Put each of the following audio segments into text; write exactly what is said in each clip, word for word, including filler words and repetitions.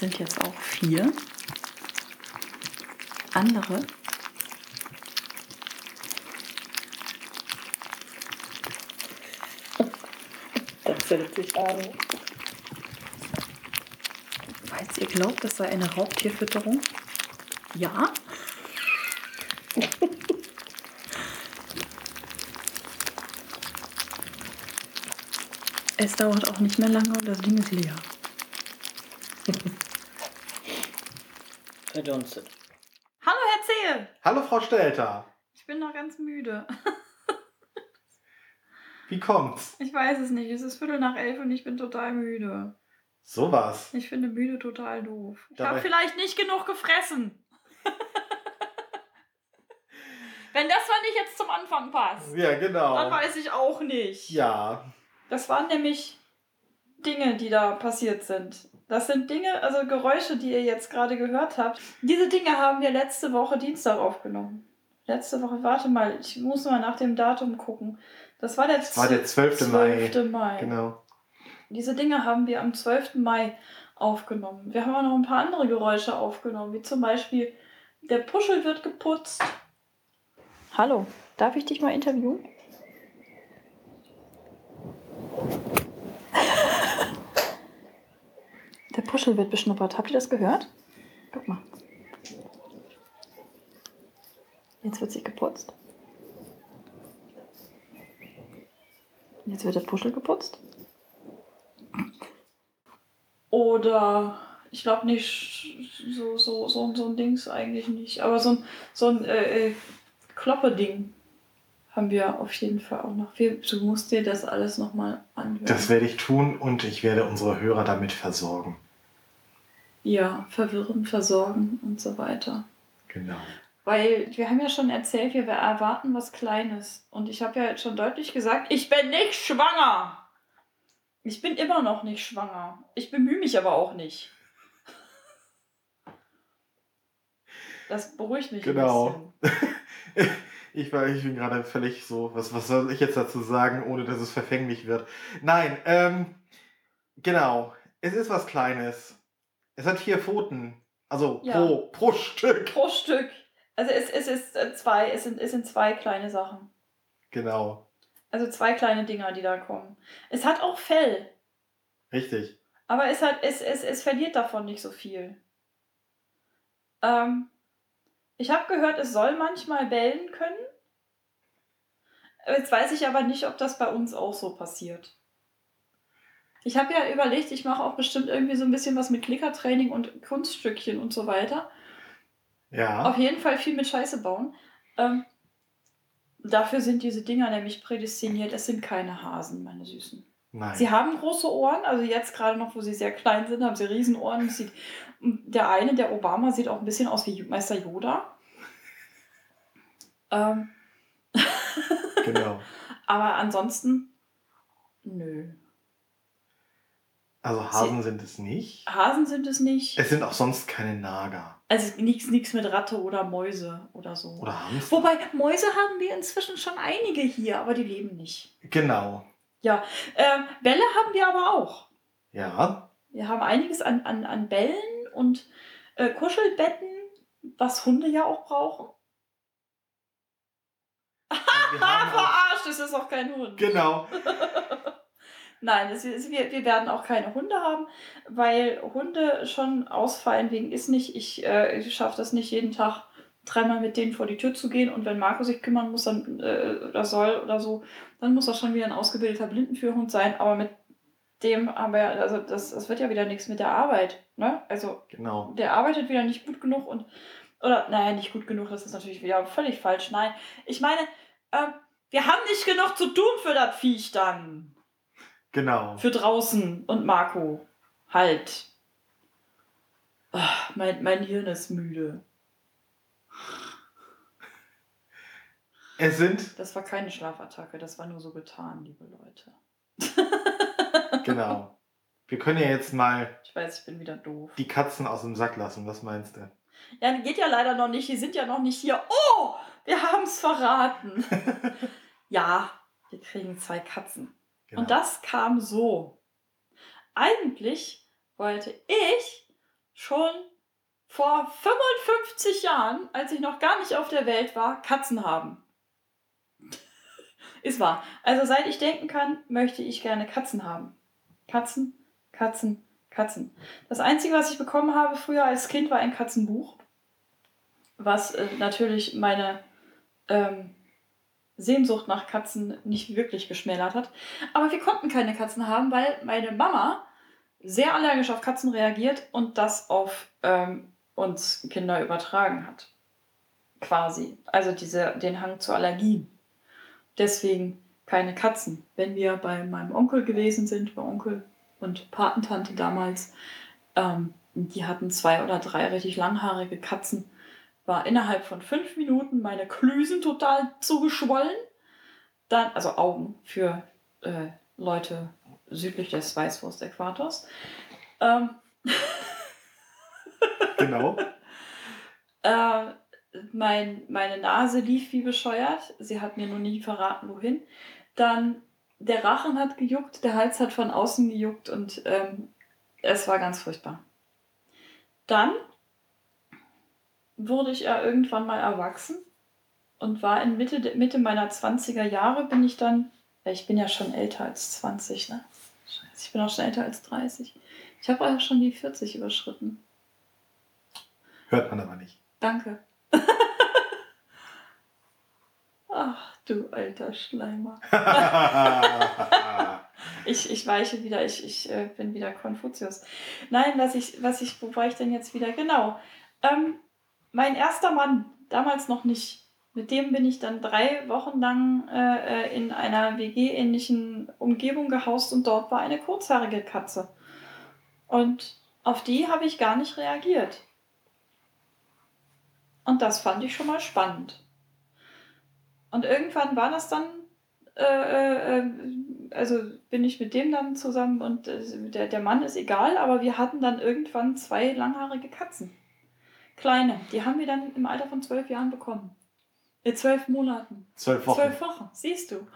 sind jetzt auch vier. Andere. Das hört sich an. Falls ihr glaubt, das sei eine Raubtierfütterung, ja. Es dauert auch nicht mehr lange und das Ding ist leer. Verdunstet. Hallo, Herr Zehe! Hallo, Frau Stelter. Ich bin noch ganz müde. Wie kommt's? Ich weiß es nicht. Es ist Viertel nach elf und ich bin total müde. Sowas. Ich finde müde total doof. Ich Dabei- habe vielleicht nicht genug gefressen. Wenn das mal nicht jetzt zum Anfang passt, Ja, genau. dann weiß ich auch nicht. Ja. Das waren nämlich Dinge, die da passiert sind. Das sind Dinge, also Geräusche, die ihr jetzt gerade gehört habt. Diese Dinge haben wir letzte Woche Dienstag aufgenommen. Letzte Woche, warte mal, ich muss mal nach dem Datum gucken. Das war der, Das war der zwölfte zwölfte Mai. Genau. Diese Dinge haben wir am zwölften Mai aufgenommen. Wir haben auch noch ein paar andere Geräusche aufgenommen, wie zum Beispiel der Puschel wird geputzt. Hallo, darf ich dich mal interviewen? Der Puschel wird beschnuppert. Habt ihr das gehört? Guck mal. Jetzt wird sich geputzt. Jetzt wird der Puschel geputzt. Oder, ich glaube nicht, so, so, so, so ein Dings eigentlich nicht. Aber so ein, so ein äh, äh, Kloppe-Ding haben wir auf jeden Fall auch noch. Wir, du musst dir das alles nochmal anhören. Das werde ich tun und ich werde unsere Hörer damit versorgen. Ja, verwirren, versorgen und so weiter. Genau. Weil wir haben ja schon erzählt, wir erwarten was Kleines. Und ich habe ja jetzt schon deutlich gesagt, ich bin nicht schwanger. Ich bin immer noch nicht schwanger. Ich bemühe mich aber auch nicht. Das beruhigt mich Genau. ein bisschen. ich, war, ich bin gerade völlig so, was, was soll ich jetzt dazu sagen, ohne dass es verfänglich wird? Nein, ähm, genau. Es ist was Kleines. Es hat vier Pfoten. Also Ja. pro, pro Stück. Pro Stück. Also es, es ist äh, zwei, es sind, es sind zwei kleine Sachen. Genau. Also zwei kleine Dinger, die da kommen. Es hat auch Fell. Richtig. Aber es, hat, es, es, es verliert davon nicht so viel. Ähm, ich habe gehört, es soll manchmal bellen können. Jetzt weiß ich aber nicht, ob das bei uns auch so passiert. Ich habe ja überlegt, ich mache auch bestimmt irgendwie so ein bisschen was mit Klickertraining und Kunststückchen und so weiter. Ja. Auf jeden Fall viel mit Scheiße bauen. Ähm, dafür sind diese Dinger nämlich prädestiniert. Es sind keine Hasen, meine Süßen. Nein. Sie haben große Ohren, also jetzt gerade noch, wo sie sehr klein sind, haben sie Riesenohren. Sieht, der eine, der Obama, sieht auch ein bisschen aus wie Meister Yoda. Ähm. Genau. Aber ansonsten, nö. Also Hasen sind es nicht. Hasen sind es nicht. Es sind auch sonst keine Nager. Also nichts nichts mit Ratte oder Mäuse oder so. Oder Hamster. Wobei, Mäuse haben wir inzwischen schon einige hier, aber die leben nicht. Genau. Ja, ähm, Bälle haben wir aber auch. Ja. Wir haben einiges an, an, an Bällen und äh, Kuschelbetten, was Hunde ja auch brauchen. Wir haben auch, Verarscht, es ist auch kein Hund. genau. Nein, es ist, wir, wir werden auch keine Hunde haben, weil Hunde schon ausfallen wegen ist nicht. Ich, äh, ich schaffe das nicht jeden Tag dreimal mit denen vor die Tür zu gehen und wenn Marco sich kümmern muss dann, äh, oder soll oder so, dann muss das schon wieder ein ausgebildeter Blindenführhund sein, aber mit dem haben wir, also das, das wird ja wieder nichts mit der Arbeit, ne? Also Genau. der arbeitet wieder nicht gut genug und, oder, naja, nicht gut genug, das ist natürlich wieder völlig falsch, nein. Ich meine, äh, wir haben nicht genug zu tun für das Viech dann. Genau. Für draußen und Marco. Halt. Ach, mein, mein Hirn ist müde. Es sind, Das war keine Schlafattacke, das war nur so getan, liebe Leute. genau. Wir können ja jetzt mal Ich weiß, ich bin wieder doof. die Katzen aus dem Sack lassen. Was meinst du? Ja, geht ja leider noch nicht. Die sind ja noch nicht hier. Oh, wir haben es verraten. Ja, wir kriegen zwei Katzen. Genau. Und das kam so. Eigentlich wollte ich schon vor fünfundfünfzig Jahren, als ich noch gar nicht auf der Welt war, Katzen haben. Ist wahr. Also seit ich denken kann, möchte ich gerne Katzen haben. Katzen, Katzen, Katzen. Das Einzige, was ich bekommen habe früher als Kind, war ein Katzenbuch. Was äh, natürlich meine ähm, Sehnsucht nach Katzen nicht wirklich geschmälert hat. Aber wir konnten keine Katzen haben, weil meine Mama sehr allergisch auf Katzen reagiert und das auf ähm, uns Kinder übertragen hat. Quasi. Also diese, den Hang zur Allergie. Deswegen keine Katzen. Wenn wir bei meinem Onkel gewesen sind, bei Onkel und Patentante damals, ähm, die hatten zwei oder drei richtig langhaarige Katzen, war innerhalb von fünf Minuten meine Klüsen total zugeschwollen. Dann, also Augen für äh, Leute südlich des Weißwurst-Äquators. Ähm, Genau. äh, mein, meine Nase lief wie bescheuert. Sie hat mir nur nie verraten, wohin. Dann der Rachen hat gejuckt, der Hals hat von außen gejuckt und ähm, es war ganz furchtbar. Dann wurde ich ja irgendwann mal erwachsen und war in Mitte, Mitte meiner zwanziger Jahre bin ich dann, ja, ich bin ja schon älter als zwanzig, ne? Scheiße, ich bin auch schon älter als dreißig. Ich habe auch schon die vierzig überschritten. Hört man aber nicht. Danke. Ach, du alter Schleimer. ich, ich weiche wieder, ich, ich äh, bin wieder Konfuzius. Nein, was ich, was ich, wo war ich denn jetzt wieder? Genau. Ähm, mein erster Mann, damals noch nicht. Mit dem bin ich dann drei Wochen lang äh, in einer W G-ähnlichen Umgebung gehaust und dort war eine kurzhaarige Katze. Und auf die habe ich gar nicht reagiert. Und das fand ich schon mal spannend. Und irgendwann war das dann, äh, äh, also bin ich mit dem dann zusammen und äh, der, der Mann ist egal, aber wir hatten dann irgendwann zwei langhaarige Katzen. Kleine, die haben wir dann im Alter von zwölf Jahren bekommen. In zwölf Monaten. Zwölf Wochen. Zwölf Wochen, siehst du.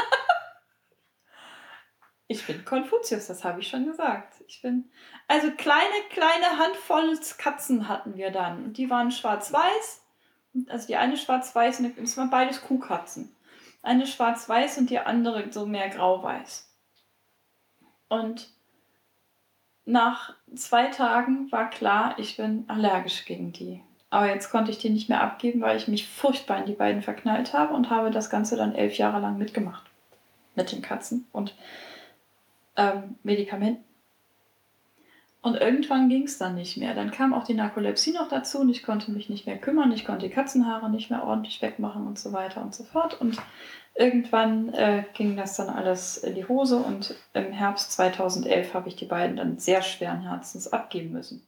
Ich bin Konfuzius, das habe ich schon gesagt. Ich bin, also kleine, kleine Handvoll Katzen hatten wir dann. Und die waren schwarz-weiß. Also die eine schwarz-weiß, und es waren beides Kuhkatzen. Eine schwarz-weiß und die andere so mehr grau-weiß. Und nach zwei Tagen war klar, ich bin allergisch gegen die. Aber jetzt konnte ich die nicht mehr abgeben, weil ich mich furchtbar in die beiden verknallt habe und habe das Ganze dann elf Jahre lang mitgemacht. Mit den Katzen und ähm, Medikamenten. Und irgendwann ging es dann nicht mehr. Dann kam auch die Narkolepsie noch dazu und ich konnte mich nicht mehr kümmern. Ich konnte die Katzenhaare nicht mehr ordentlich wegmachen und so weiter und so fort. Und irgendwann äh, ging das dann alles in die Hose und im Herbst zweitausendelf habe ich die beiden dann sehr schweren Herzens abgeben müssen.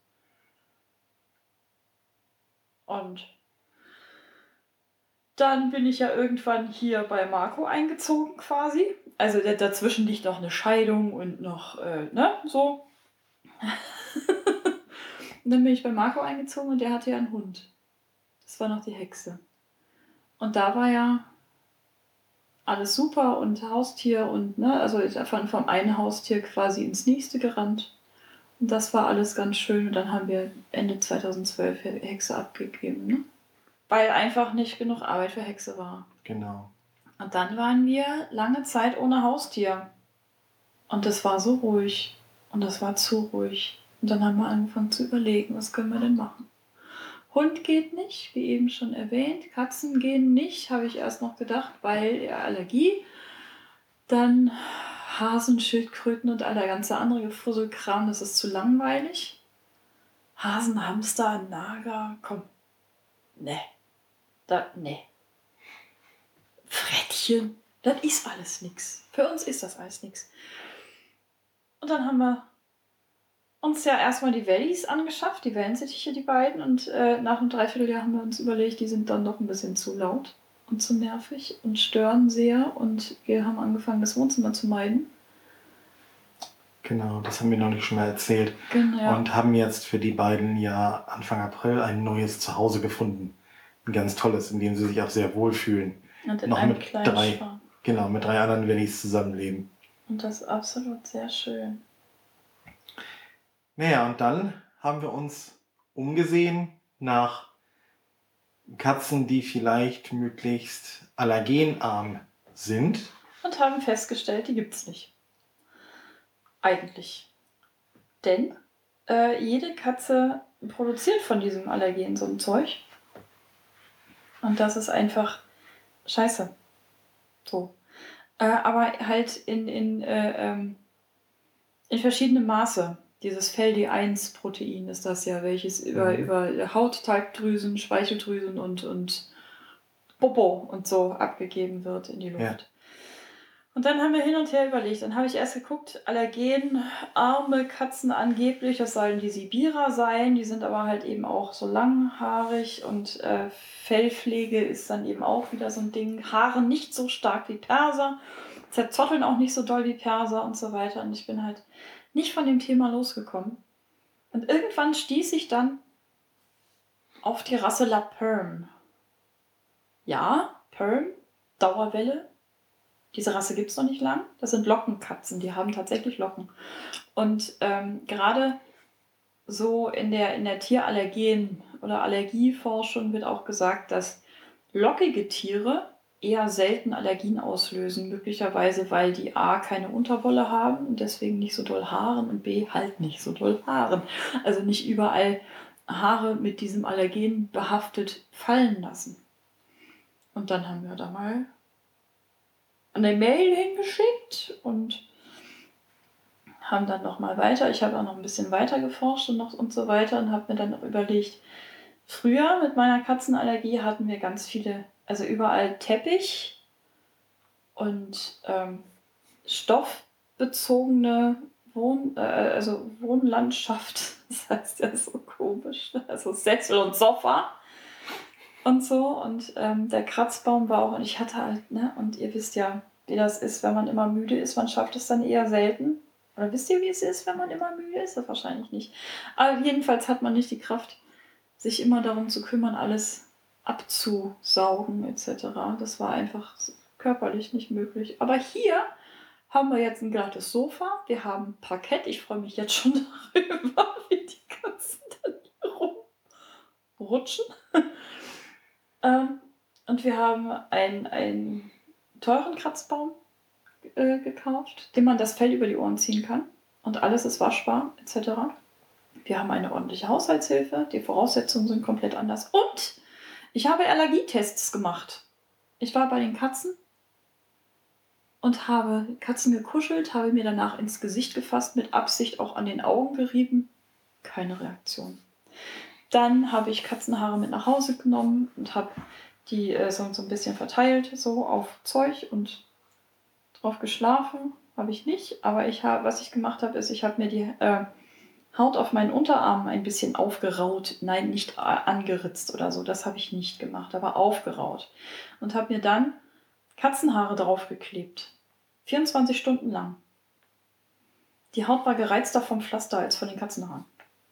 Und dann bin ich ja irgendwann hier bei Marco eingezogen quasi. Also dazwischen liegt noch eine Scheidung und noch, äh, ne, so. Und dann bin ich bei Marco eingezogen und der hatte ja einen Hund. Das war noch die Hexe. Und da war ja alles super und Haustier und, ne, also ist von vom einen Haustier quasi ins nächste gerannt. Und das war alles ganz schön. Und dann haben wir Ende zweitausendzwölf Hexe abgegeben, ne? Weil einfach nicht genug Arbeit für Hexe war. Genau. Und dann waren wir lange Zeit ohne Haustier. Und das war so ruhig. Und das war zu ruhig. Und dann haben wir angefangen zu überlegen, was können wir denn machen. Hund geht nicht, wie eben schon erwähnt. Katzen gehen nicht, habe ich erst noch gedacht, weil ja Allergie. Dann Hasen, Schildkröten und all der ganze andere Gefusselkram, das ist zu langweilig. Hasen, Hamster, Nager, komm. Ne. Da, ne. Frettchen, das ist alles nix. Für uns ist das alles nix. Und dann haben wir uns ja erstmal die Wellies angeschafft, die Wellensittiche, die beiden. Und äh, nach einem Dreivierteljahr haben wir uns überlegt, die sind dann doch ein bisschen zu laut und zu nervig und stören sehr. Und wir haben angefangen, das Wohnzimmer zu meiden. Genau, das haben wir noch nicht schon mal erzählt. Genau. Und haben jetzt für die beiden ja Anfang April ein neues Zuhause gefunden. Ein ganz tolles, in dem sie sich auch sehr wohlfühlen. Und in noch einem mit kleinen drei, Schwarm. Genau, mit drei anderen Wellies zusammenleben. Und das ist absolut sehr schön. Naja, und dann haben wir uns umgesehen nach Katzen, die vielleicht möglichst allergenarm sind. Und haben festgestellt, die gibt's nicht. Eigentlich. Denn äh, jede Katze produziert von diesem Allergen so ein Zeug. Und das ist einfach scheiße. So. Äh, aber halt in, in, äh, ähm, in verschiedenem Maße. Dieses F E L D eins Protein ist das ja, welches über, Mhm. über Hauttalgdrüsen, Speicheldrüsen und, und Popo und so abgegeben wird in die Luft. Ja. Und dann haben wir hin und her überlegt. Dann habe ich erst geguckt, allergenarme Katzen angeblich, das sollen die Sibirer sein, die sind aber halt eben auch so langhaarig und äh, Fellpflege ist dann eben auch wieder so ein Ding. Haare nicht so stark wie Perser, zerzotteln auch nicht so doll wie Perser und so weiter. Und ich bin halt nicht von dem Thema losgekommen. Und irgendwann stieß ich dann auf die Rasse La Perm. Ja, Perm, Dauerwelle. Diese Rasse gibt es noch nicht lang. Das sind Lockenkatzen, die haben tatsächlich Locken. Und ähm, gerade so in der, in der Tierallergen- oder Allergieforschung wird auch gesagt, dass lockige Tiere eher selten Allergien auslösen. Möglicherweise, weil die A keine Unterwolle haben und deswegen nicht so doll haaren und B halt nicht so doll haaren. Also nicht überall Haare mit diesem Allergen behaftet fallen lassen. Und dann haben wir da mal eine Mail hingeschickt und haben dann noch mal weiter. Ich habe auch noch ein bisschen weiter geforscht und noch und so weiter und habe mir dann noch überlegt, früher mit meiner Katzenallergie hatten wir ganz viele, also überall Teppich und ähm, stoffbezogene Wohn, äh, also Wohnlandschaft. Das heißt ja so komisch, ne? Also Sessel und Sofa und so. Und ähm, der Kratzbaum war auch, und ich hatte halt, ne, und ihr wisst ja, wie das ist, wenn man immer müde ist, man schafft es dann eher selten. Oder wisst ihr, wie es ist, wenn man immer müde ist? Das wahrscheinlich nicht. Aber jedenfalls hat man nicht die Kraft, sich immer darum zu kümmern, alles abzusaugen et cetera. Das war einfach körperlich nicht möglich. Aber hier haben wir jetzt ein glattes Sofa, wir haben Parkett. Ich freue mich jetzt schon darüber, wie die Katzen dann hier rumrutschen. ähm, und wir haben einen, einen teuren Kratzbaum äh, gekauft, dem man das Fell über die Ohren ziehen kann. Und alles ist waschbar et cetera. Wir haben eine ordentliche Haushaltshilfe. Die Voraussetzungen sind komplett anders. Und ich habe Allergietests gemacht. Ich war bei den Katzen und habe Katzen gekuschelt, habe mir danach ins Gesicht gefasst, mit Absicht auch an den Augen gerieben. Keine Reaktion. Dann habe ich Katzenhaare mit nach Hause genommen und habe die äh, so, so ein bisschen verteilt, so auf Zeug und drauf geschlafen. Habe ich nicht. Aber ich hab, was ich gemacht habe, ist, ich habe mir die äh, Haut auf meinen Unterarmen ein bisschen aufgeraut. Nein, nicht angeritzt oder so. Das habe ich nicht gemacht, aber aufgeraut. Und habe mir dann Katzenhaare draufgeklebt. vierundzwanzig Stunden lang. Die Haut war gereizter vom Pflaster als von den Katzenhaaren.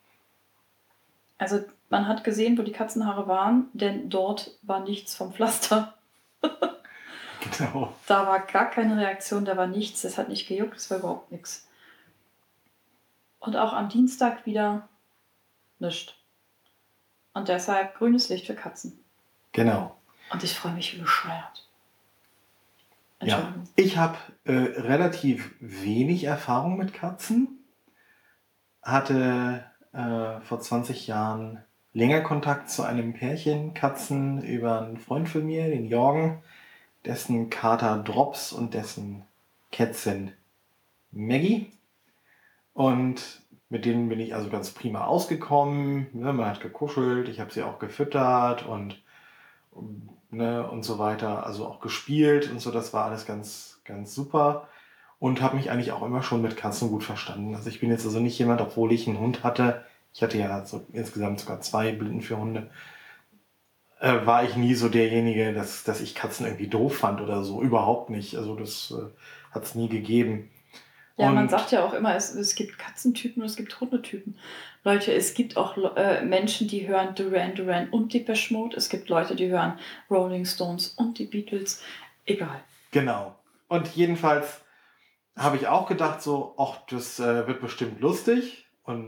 Also man hat gesehen, wo die Katzenhaare waren, denn dort war nichts vom Pflaster. Genau. Da war gar keine Reaktion, da war nichts. Es hat nicht gejuckt, es war überhaupt nichts. Und auch am Dienstag wieder nichts. Und deshalb grünes Licht für Katzen. Genau. Und ich freue mich wie bescheuert. Ja, ich habe äh, relativ wenig Erfahrung mit Katzen. Hatte äh, vor zwanzig Jahren länger Kontakt zu einem Pärchen Katzen über einen Freund von mir, den Jorgen, dessen Kater Drops und dessen Kätzchen Maggie. Und mit denen bin ich also ganz prima ausgekommen. Ne, man hat gekuschelt, ich habe sie auch gefüttert und, ne, und so weiter. Also auch gespielt und so. Das war alles ganz, ganz super. Und habe mich eigentlich auch immer schon mit Katzen gut verstanden. Also ich bin jetzt also nicht jemand, obwohl ich einen Hund hatte. Ich hatte ja so insgesamt sogar zwei Blinden für Hunde. Äh, war ich nie so derjenige, dass, dass ich Katzen irgendwie doof fand oder so. Überhaupt nicht. Also das äh, hat es nie gegeben. Ja, und man sagt ja auch immer, es, es gibt Katzentypen und es gibt Hundetypen. Leute, es gibt auch äh, Menschen, die hören Duran Duran und Depeche Mode. Es gibt Leute, die hören Rolling Stones und die Beatles. Egal. Genau. Und jedenfalls habe ich auch gedacht so, ach, das äh, wird bestimmt lustig. Und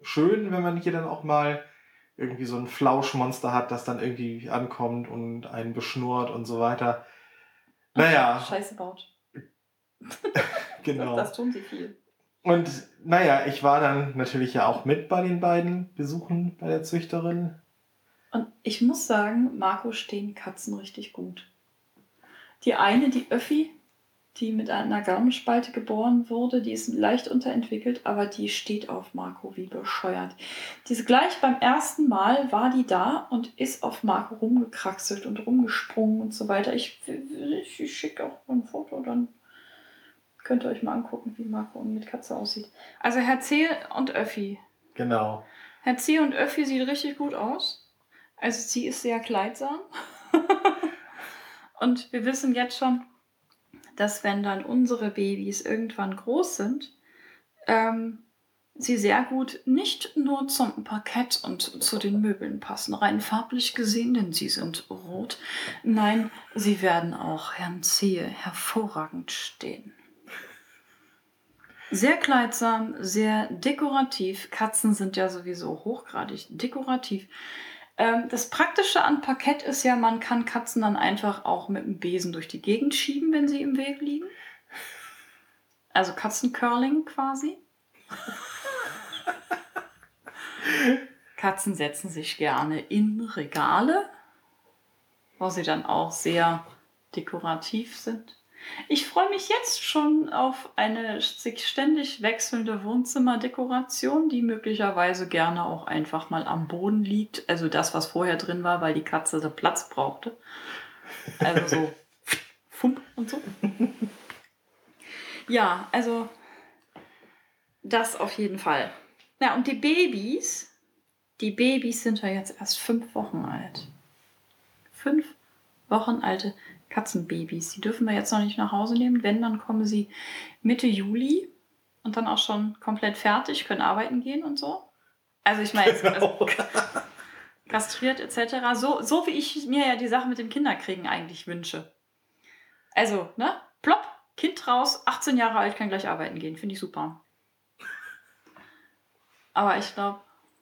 schön, wenn man hier dann auch mal irgendwie so ein Flauschmonster hat, das dann irgendwie ankommt und einen beschnurrt und so weiter. Naja. Scheiße baut. Genau. Das tun sie viel. Und naja, ich war dann natürlich ja auch mit bei den beiden Besuchen bei der Züchterin. Und ich muss sagen, Marco stehen Katzen richtig gut. Die eine, die Öffi, die mit einer Gaumenspalte geboren wurde, die ist leicht unterentwickelt, aber die steht auf Marco wie bescheuert. Diese gleich beim ersten Mal war die da und ist auf Marco rumgekraxelt und rumgesprungen und so weiter. Ich, ich, ich schicke auch ein Foto, dann könnt ihr euch mal angucken, wie Marco mit Katze aussieht. Also Herr C. und Öffi. Genau. Herr C. und Öffi sieht richtig gut aus. Also sie ist sehr kleidsam. Und wir wissen jetzt schon, dass wenn dann unsere Babys irgendwann groß sind, ähm, sie sehr gut nicht nur zum Parkett und zu den Möbeln passen, rein farblich gesehen, denn sie sind rot. Nein, sie werden auch Herrn Zehe hervorragend stehen. Sehr kleidsam, sehr dekorativ. Katzen sind ja sowieso hochgradig dekorativ. Ähm, das Praktische an Parkett ist ja, man kann Katzen dann einfach auch mit dem Besen durch die Gegend schieben, wenn sie im Weg liegen. Also Katzencurling quasi. Katzen setzen sich gerne in Regale, wo sie dann auch sehr dekorativ sind. Ich freue mich jetzt schon auf eine sich ständig wechselnde Wohnzimmerdekoration, die möglicherweise gerne auch einfach mal am Boden liegt. Also das, was vorher drin war, weil die Katze den Platz brauchte. Also so Fump und so. Ja, also das auf jeden Fall. Ja, und die Babys, die Babys sind ja jetzt erst fünf Wochen alt. Fünf Wochen alte Katzenbabys. Die dürfen wir jetzt noch nicht nach Hause nehmen. Wenn, dann kommen sie Mitte Juli und dann auch schon komplett fertig, können arbeiten gehen und so. Also ich meine, Genau. also, kastriert et cetera. So, so wie ich mir ja die Sache mit dem Kinderkriegen eigentlich wünsche. Also, ne? Plopp, Kind raus, achtzehn Jahre alt, kann gleich arbeiten gehen. Finde ich super. Aber ich glaube,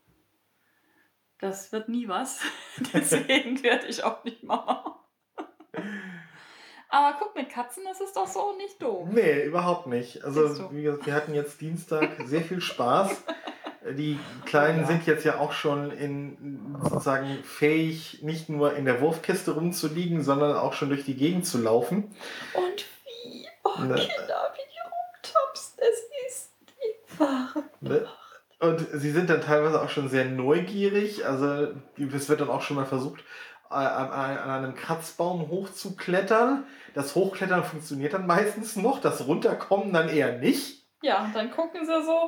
das wird nie was. Deswegen werde ich auch nicht Mama. Aber guck, mit Katzen ist es doch so nicht doof. Nee, überhaupt nicht. Also, Siehst du. wie gesagt, wir hatten jetzt Dienstag sehr viel Spaß. Die Kleinen Ja. sind jetzt ja auch schon in, sozusagen fähig, nicht nur in der Wurfkiste rumzuliegen, sondern auch schon durch die Gegend zu laufen. Und wie? Oh, Ne. Kinder, wie die rumtapsen. Es ist die wahre Ne? Und sie sind dann teilweise auch schon sehr neugierig. Also es wird dann auch schon mal versucht, an, an, an einem Kratzbaum hochzuklettern. Das Hochklettern funktioniert dann meistens noch, das Runterkommen dann eher nicht. Ja, und dann gucken sie so.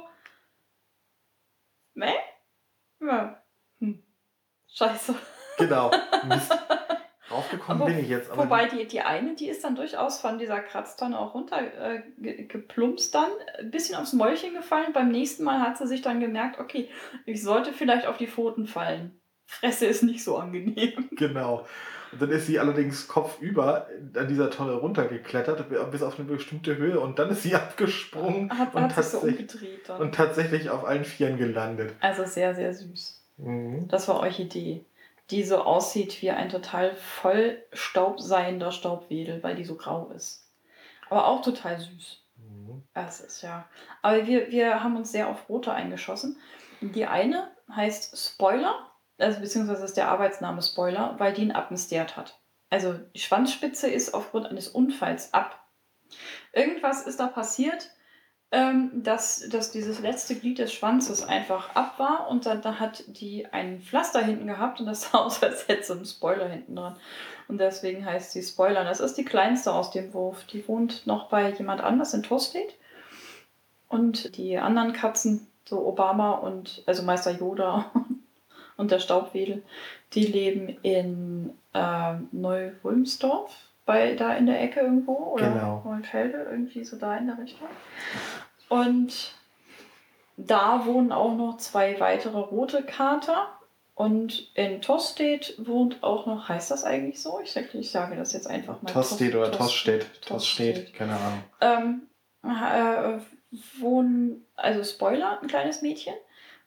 Ne? Ja. Hm. Scheiße. Genau. Mist. Raufgekommen Aber bin ich jetzt. Aber Wobei die, die eine, die ist dann durchaus von dieser Kratztonne auch runter äh, ge- geplumpst dann, ein bisschen aufs Mäulchen gefallen. Beim nächsten Mal hat sie sich dann gemerkt, okay, ich sollte vielleicht auf die Pfoten fallen. Fresse ist nicht so angenehm. Genau. Und dann ist sie allerdings kopfüber an dieser Tonne runtergeklettert, bis auf eine bestimmte Höhe. Und dann ist sie abgesprungen Hat, und, hat sich so tatsächlich, umgedreht dann. und tatsächlich auf allen Vieren gelandet. Also sehr, sehr süß. Mhm. Das war Orchidee, die so aussieht wie ein total voll staubseiender Staubwedel, weil die so grau ist. Aber auch total süß. Mhm. Das ist ja. Aber wir, wir haben uns sehr auf Rote eingeschossen. Die eine heißt Spoiler, also beziehungsweise ist der Arbeitsname Spoiler, weil die einen Appenstert hat. Also die Schwanzspitze ist aufgrund eines Unfalls ab. Irgendwas ist da passiert, ähm, dass, dass dieses letzte Glied des Schwanzes einfach ab war und dann da hat die ein Pflaster hinten gehabt und das sah aus, als hätte sie einen Spoiler hinten dran. Und deswegen heißt sie Spoiler. Das ist die kleinste aus dem Wurf. Die wohnt noch bei jemand anders in Torsted. Und die anderen Katzen, so Obama und, also Meister Yoda und der Staubwedel, die leben in äh, Neu-Wulmsdorf, bei da in der Ecke irgendwo. Oder Genau. Neuenfelde, irgendwie so da in der Richtung. Und da wohnen auch noch zwei weitere rote Kater. Und in Tostedt wohnt auch noch, heißt das eigentlich so? Ich sage, ich sage das jetzt einfach mal. Tostedt oder Tostedt. Tostedt. Tostedt, keine Ahnung. Ähm, äh, wohnen, also Spoiler, ein kleines Mädchen,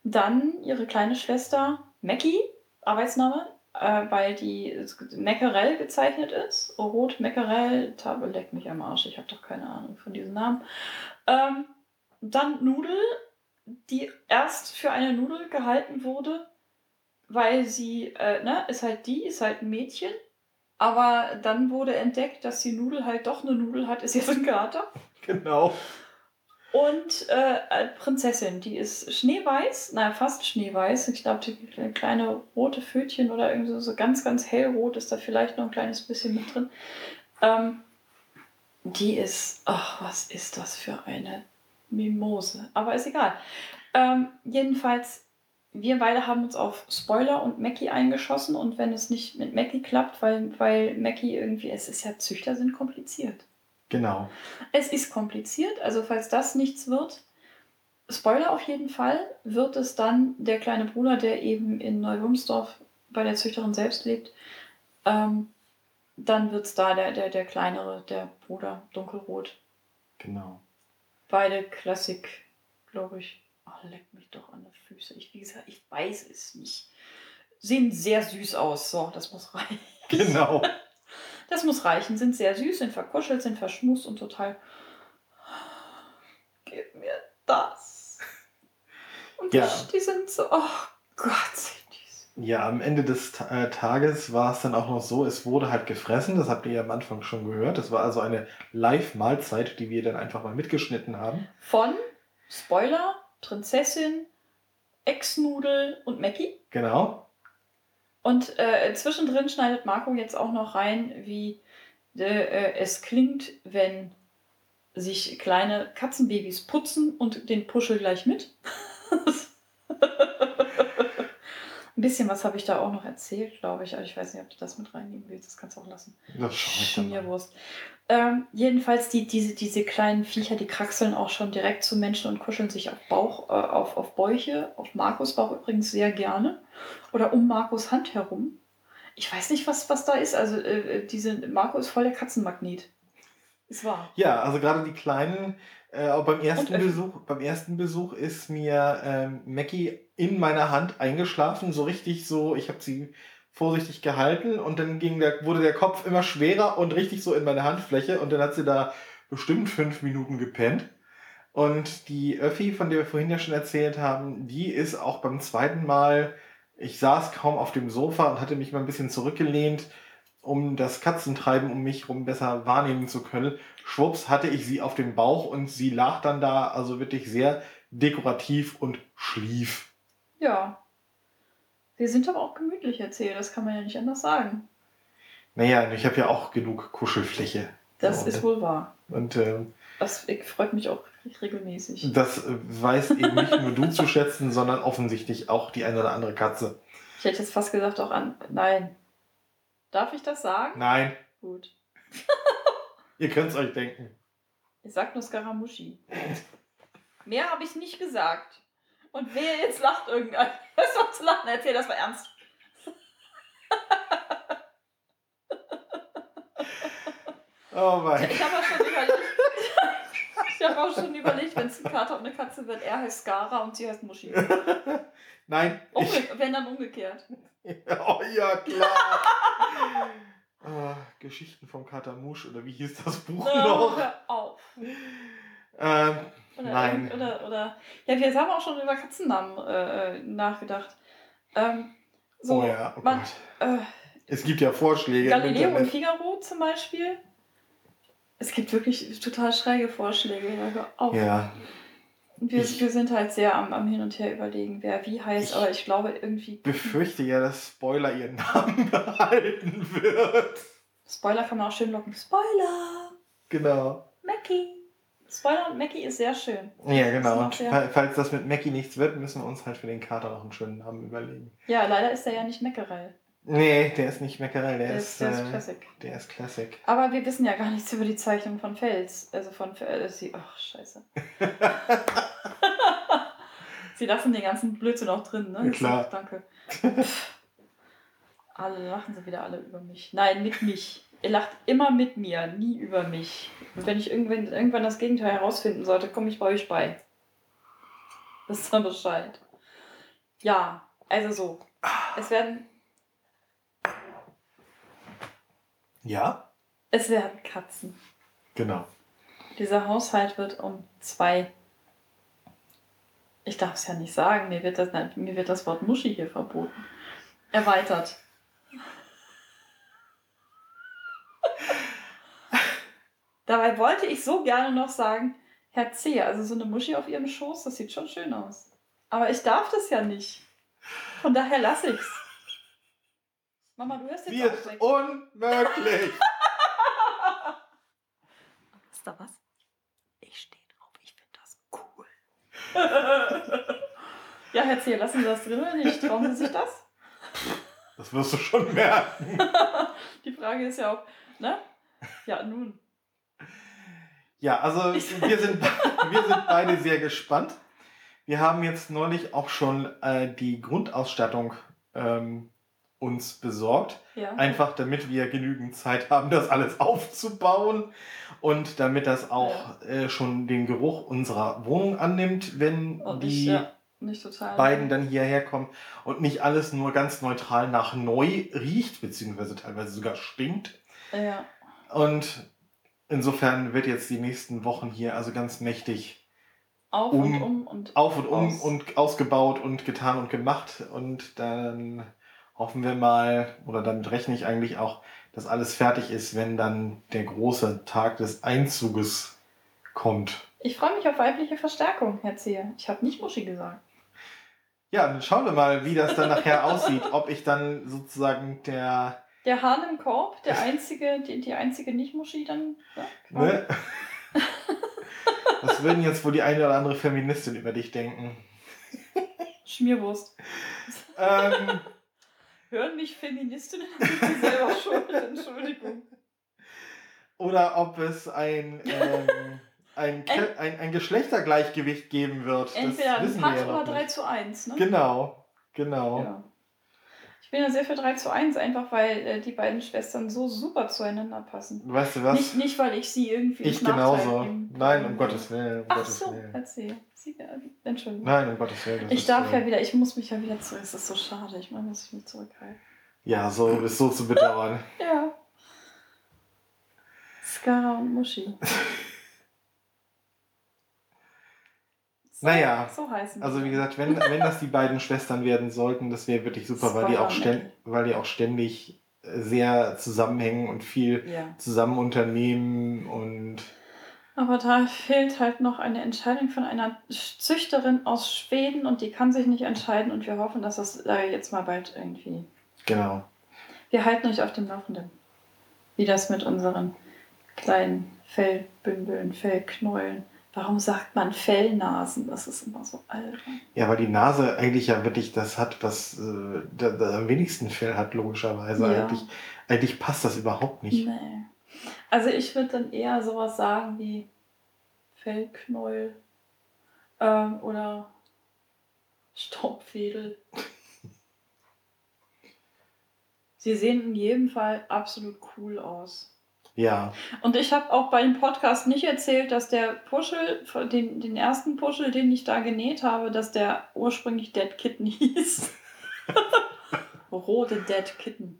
Dann ihre kleine Schwester Mackie, Arbeitsname, äh, weil die Meckerell gezeichnet ist. Rot Meckerell, Tabe leckt mich am Arsch, ich habe doch keine Ahnung von diesem Namen. Ähm, dann Nudel, die erst für eine Nudel gehalten wurde, weil sie, äh, ne, ist halt die, ist halt ein Mädchen. Aber dann wurde entdeckt, dass die Nudel halt doch eine Nudel hat, ist jetzt ein Kater. Genau. Und äh, Prinzessin, die ist schneeweiß, naja, fast schneeweiß. Ich glaube, die kleine rote Pfötchen oder irgendwie so ganz, ganz hellrot ist da vielleicht noch ein kleines bisschen mit drin. Ähm, die ist, ach, was ist das für eine Mimose? Aber ist egal. Ähm, jedenfalls, wir beide haben uns auf Spoiler und Mackie eingeschossen und wenn es nicht mit Mackie klappt, weil, weil Mackie irgendwie, es ist ja, Züchter sind kompliziert. Genau. Es ist kompliziert, also falls das nichts wird, Spoiler auf jeden Fall, wird es dann der kleine Bruder, der eben in Neu-Wumsdorf bei der Züchterin selbst lebt, ähm, dann wird es da der, der, der kleinere, der Bruder, dunkelrot. Genau. Beide Klassik, glaube ich. Oh, leck mich doch an die Füße. Ich, wie gesagt, ich weiß es nicht. Sehen sehr süß aus, so, das muss reichen. Genau. Das muss reichen, sind sehr süß, sind verkuschelt, sind verschmust und total. Gib mir das. Und Ja. die, die sind so, oh Gott, sind die süß. Ja, am Ende des Ta- äh, Tages war es dann auch noch so, es wurde halt gefressen, das habt ihr ja am Anfang schon gehört. Das war also eine Live-Mahlzeit, die wir dann einfach mal mitgeschnitten haben. Von Spoiler, Prinzessin, Ex-Nudel und Mackie. Genau. Und äh, zwischendrin schneidet Marco jetzt auch noch rein, wie äh, es klingt, wenn sich kleine Katzenbabys putzen und den Puschel gleich mit. Ein bisschen was habe ich da auch noch erzählt, glaube ich, aber ich weiß nicht, ob du das mit reinnehmen willst. Das kannst du auch lassen. Das schaue ich dann mal. Schmierwurst. Ähm, jedenfalls, die, diese, diese kleinen Viecher, die kraxeln auch schon direkt zu Menschen und kuscheln sich auf Bauch, äh, auf, auf Bäuche, auf Markus Bauch übrigens sehr gerne. Oder um Markus Hand herum. Ich weiß nicht, was, was da ist. Also, äh, diese, Marco ist voll der Katzenmagnet. Ist wahr. Ja, also gerade die Kleinen, äh, auch beim ersten Und, äh, Besuch, beim ersten Besuch ist mir ähm, Mackie in meiner Hand eingeschlafen, so richtig so, ich habe sie vorsichtig gehalten und dann ging der, wurde der Kopf immer schwerer und richtig so in meine Handfläche und dann hat sie da bestimmt fünf Minuten gepennt. Und die Öffi, von der wir vorhin ja schon erzählt haben, die ist auch beim zweiten Mal, ich saß kaum auf dem Sofa und hatte mich mal ein bisschen zurückgelehnt, um das Katzentreiben um mich herum besser wahrnehmen zu können. Schwupps hatte ich sie auf dem Bauch und sie lag dann da, also wirklich sehr dekorativ und schlief. ja. Wir sind aber auch gemütlich erzählt, das kann man ja nicht anders sagen. Naja, ich habe ja auch genug Kuschelfläche. Das So, ist wohl wahr. Und ähm, Das ich, freut mich auch regelmäßig. das äh, weiß eben nicht nur du zu schätzen, sondern offensichtlich auch die eine oder andere Katze. Ich hätte jetzt fast gesagt auch an. Nein. Darf ich das sagen? Nein, Gut. ihr könnt es euch denken. Ich sag nur Scaramucci. Mehr habe ich nicht gesagt. Und wer jetzt lacht irgendein. Hörst du auf zu lachen? Erzähl, das war ernst. Oh mein Ich habe auch schon überlegt. Ich habe auch schon überlegt, wenn es ein Kater und eine Katze wird, er heißt Skara und sie heißt Muschi. Nein. Umge Ich, wenn dann umgekehrt. oh ja, klar. Ah, Geschichten vom Katamusch oder wie hieß das Buch Oh, noch? hör auf. Ähm, Oder, nein. Oder, oder, ja, wir haben auch schon über Katzennamen äh, nachgedacht. Ähm, so, oh ja, oh man, Gott. äh, Es gibt ja Vorschläge im Galileo und Internet. Figaro zum Beispiel. Es gibt wirklich total schräge Vorschläge. Ja, hör auf. Ja, Wir, Ich- wir sind halt sehr am, am Hin und Her überlegen, wer wie heißt, Ich aber ich glaube irgendwie. befürchte ja, dass Spoiler ihren Namen behalten wird. Spoiler kann man auch schön locken. Spoiler! Genau. Mackie! Spoiler und Mackie ist sehr schön. Ja, genau. Das Und macht ja- fa- falls das mit Mackie nichts wird, müssen wir uns halt für den Kater noch einen schönen Namen überlegen. Ja, leider ist er ja nicht Meckerei. Nee, der ist nicht Meckerei, der, Der ist, ist, der ist äh, Classic. der ist Classic. Aber wir wissen ja gar nichts über die Zeichnung von Fels. Also von äh, sie. Ach, scheiße. Sie lassen den ganzen Blödsinn auch drin, ne? Ja, klar. Ist- Danke. Alle lachen sie wieder alle über mich. Nein, mit mich. Ihr lacht immer mit mir, nie über mich. Und wenn ich irgendwann, irgendwann das Gegenteil herausfinden sollte, komme ich bei euch bei. Wisst ihr Bescheid. Ja, also so. Es werden, Ja? es werden Katzen. Genau. Dieser Haushalt wird um zwei. Ich darf es ja nicht sagen, mir wird das, mir wird das Wort Muschi hier verboten. Erweitert. Dabei wollte ich so gerne noch sagen, Herr C., also so eine Muschi auf ihrem Schoß, das sieht schon schön aus. Aber ich darf das ja nicht. Von daher lasse ich's. Mama, du hörst jetzt Wie auch ist weg. unmöglich. Ist da was? Ich stehe drauf, ich finde das cool. Ja, Herr C., lassen Sie das drin oder nicht? Trauen Sie sich das? Das wirst du schon merken. Die Frage ist ja auch, ne? Ja, nun. Ja, also wir sind, wir sind beide sehr gespannt. Wir haben jetzt neulich auch schon äh, die Grundausstattung ähm, uns besorgt. Ja. Einfach damit wir genügend Zeit haben, das alles aufzubauen und damit das auch Ja. äh, schon den Geruch unserer Wohnung annimmt, wenn Und die nicht, ja, nicht total. beiden dann hierher kommen und nicht alles nur ganz neutral nach neu riecht, beziehungsweise teilweise sogar stinkt. Ja. Und insofern wird jetzt die nächsten Wochen hier also ganz mächtig Auf um, und um und auf und um aus. und ausgebaut und getan und gemacht. Und dann hoffen wir mal, oder damit rechne ich eigentlich auch, dass alles fertig ist, wenn dann der große Tag des Einzuges kommt. Ich freue mich auf weibliche Verstärkung, Herr Zehe. Ich habe nicht Muschi gesagt. Ja, dann schauen wir mal, wie das dann nachher aussieht. Ob ich dann sozusagen der... Der Hahn im Korb, der einzige, die, die einzige Nicht-Muschi dann. Ja, Ne? Was würden jetzt wohl die eine oder andere Feministin über dich denken? Schmierwurst. ähm, Hören mich Feministinnen, sind sie selber schuld. Entschuldigung. oder ob es ein, ähm, ein, Ke- ein, ein Geschlechtergleichgewicht geben wird. Entweder das ein wissen wir Patt ja noch oder drei nicht. zu eins, ne? Genau, genau. Ja. Ich bin ja sehr für drei zu eins, einfach weil äh, die beiden Schwestern so super zueinander passen. Weißt du was? Nicht, nicht weil ich sie irgendwie ich ins Nachteil genauso. bringen Nein, um will. Gottes Willen. Um Ach Gottes so, Willen. erzähl. Sie, äh, Entschuldigung. Nein, um Gottes Willen. Das Ich ist, darf äh, ja wieder, ich muss mich ja wieder zurück. Es ist so schade, ich meine, muss ich mich zurückhalten. Ja, so ist so zu bedauern. Ja. Skara und Muschi. So, Naja, so heißen Also die wie dann. gesagt, wenn, wenn das die beiden Schwestern werden sollten, das wäre wirklich super, weil die, auch ständ, weil die auch ständig äh, sehr zusammenhängen und viel Ja. zusammen unternehmen und Aber da fehlt halt noch eine Entscheidung von einer Züchterin aus Schweden und die kann sich nicht entscheiden und wir hoffen, dass das äh, jetzt mal bald irgendwie. genau. Wir halten euch auf dem Laufenden. Wie das mit unseren kleinen Fellbündeln, Fellknäueln. Warum sagt man Fellnasen? Das ist immer so albern. Ja, weil die Nase eigentlich ja wirklich das hat, was äh, der, der am wenigsten Fell hat, logischerweise. Ja. Eigentlich, eigentlich passt das überhaupt nicht. Nee. Also ich würde dann eher sowas sagen wie Fellknäuel ähm, oder Staubfädel. Sie sehen in jedem Fall absolut cool aus. Ja, Und ich habe auch bei dem Podcast nicht erzählt, dass der Puschel, den, den ersten Puschel, den ich da genäht habe, dass der ursprünglich Dead Kitten hieß. Rote Dead Kitten.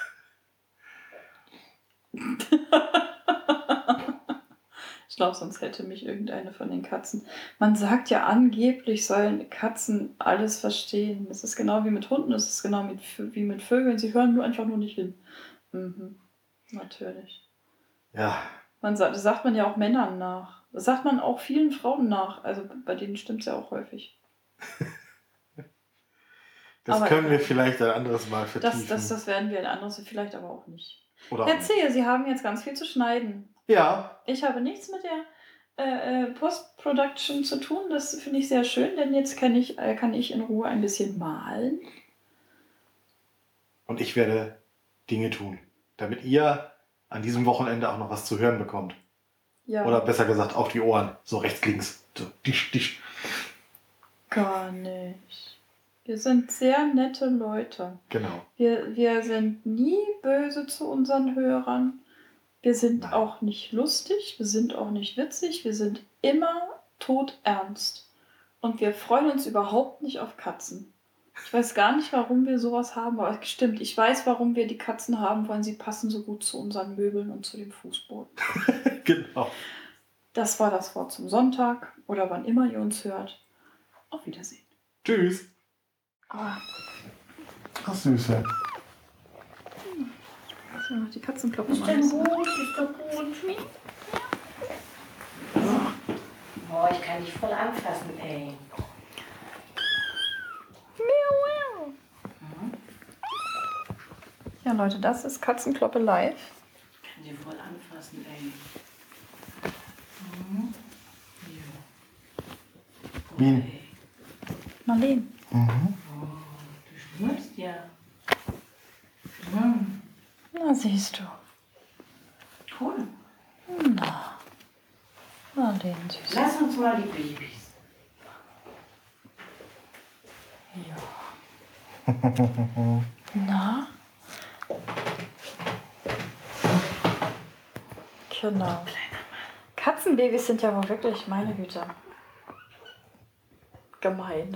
Ich glaube, sonst hätte mich irgendeine von den Katzen. Man sagt ja angeblich, sollen Katzen alles verstehen. Das ist genau wie mit Hunden, das ist genau mit, wie mit Vögeln. Sie hören nur einfach nur nicht hin. Mhm. Natürlich. ja. Man sagt, das sagt man ja auch Männern nach. Das sagt man auch vielen Frauen nach. Also bei denen stimmt es ja auch häufig. Das Aber können wir ja. vielleicht ein anderes Mal vertiefen. Das, das, das werden wir ein anderes, vielleicht aber auch nicht. Oder auch nicht. Erzähle, Sie haben jetzt ganz viel zu schneiden. Ja, Ich habe nichts mit der äh, äh, Post-Production zu tun. Das finde ich sehr schön, denn jetzt kann ich, äh, kann ich in Ruhe ein bisschen malen. und ich werde Dinge tun, damit ihr an diesem Wochenende auch noch was zu hören bekommt. Ja, Oder besser gesagt auf die Ohren. So rechts, links. So, disch, disch. gar nicht. Wir sind sehr nette Leute. Genau. Wir, wir sind nie böse zu unseren Hörern. Wir sind Nein. auch nicht lustig, wir sind auch nicht witzig, wir sind immer todernst. Und wir freuen uns überhaupt nicht auf Katzen. Ich weiß gar nicht, warum wir sowas haben, aber stimmt, ich weiß, warum wir die Katzen haben, weil sie passen so gut zu unseren Möbeln und zu dem Fußboden. Genau. Das war das Wort zum Sonntag oder wann immer ihr uns hört. Auf Wiedersehen. Tschüss. Ah, Ach, Süße. so, die Katzenkloppe Ist mal denn essen. gut? Ist doch gut. Boah, ich kann dich voll anfassen, ey. Ja, Leute, das ist Katzenkloppe live. Ich kann dich voll anfassen, ey. Mhm. Ja. Wien. Ey. Marleen. Mhm. Oh, du schnurrst ja. Mhm. Na, siehst du. Cool. Na. Marleen, süß. Lass uns mal die Babys. Ja. Na? Genau. Katzenbabys sind ja wohl wirklich, meine Güte, gemein.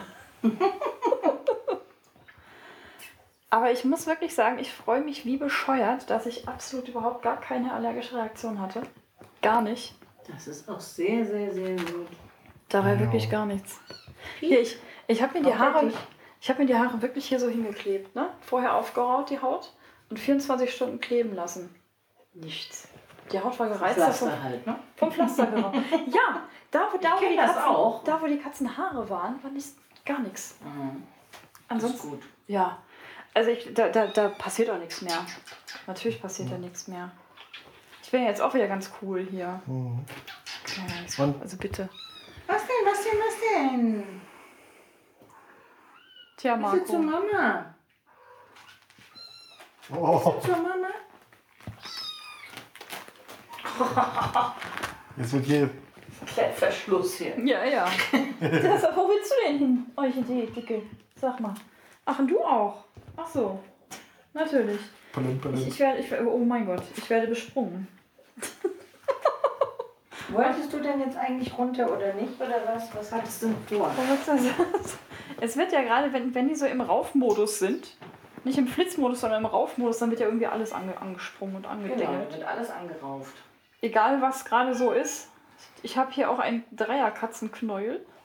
Aber ich muss wirklich sagen, ich freue mich wie bescheuert, dass ich absolut überhaupt gar keine allergische Reaktion hatte. Gar nicht. Das ist auch sehr, sehr, sehr gut. Da war Ja. wirklich gar nichts. Hier, ich, ich habe mir die Auch Haare, wirklich? ich habe mir die Haare wirklich hier so hingeklebt, ne? Vorher aufgeraut, die Haut, und vierundzwanzig Stunden kleben lassen. Nichts. Die Haut war gereizt. Pflaster davon- halt, ne? Vom Pflaster geraucht. Ja, da wo, da, wo kenn die das Katzen, auch. da wo die Katzenhaare waren, war nicht, gar nichts. Mhm. Das ist Ansonsten, gut. ja. Also ich, da, da, da passiert auch nichts mehr. Natürlich passiert da nichts mehr. Ich bin jetzt auch wieder ganz cool hier. Mhm. Ja, Und- also bitte. Was denn, was denn, was denn? Tja, Bist du zur Marco. Mama? Oh, Zur Mama? jetzt wird hier. Klettverschluss hier. Ja, ja. Das, wo willst du denn hin, Orchidee, Dicke? Sag mal. Ach, und du auch? Ach so. Natürlich. Palim, Ich, palim. ich werde, ich, werde- oh mein Gott, ich werde besprungen. Wolltest du denn jetzt eigentlich runter oder nicht? Oder was? Was hattest du denn vor? Oh, was ist das? Es wird ja gerade, wenn, wenn die so im Raufmodus sind, nicht im Flitzmodus, sondern im Raufmodus, dann wird ja irgendwie alles ange, angesprungen und Genau, angedengelt. da wird alles angerauft. Egal, was gerade so ist. Ich habe hier auch einen Dreierkatzenknäuel.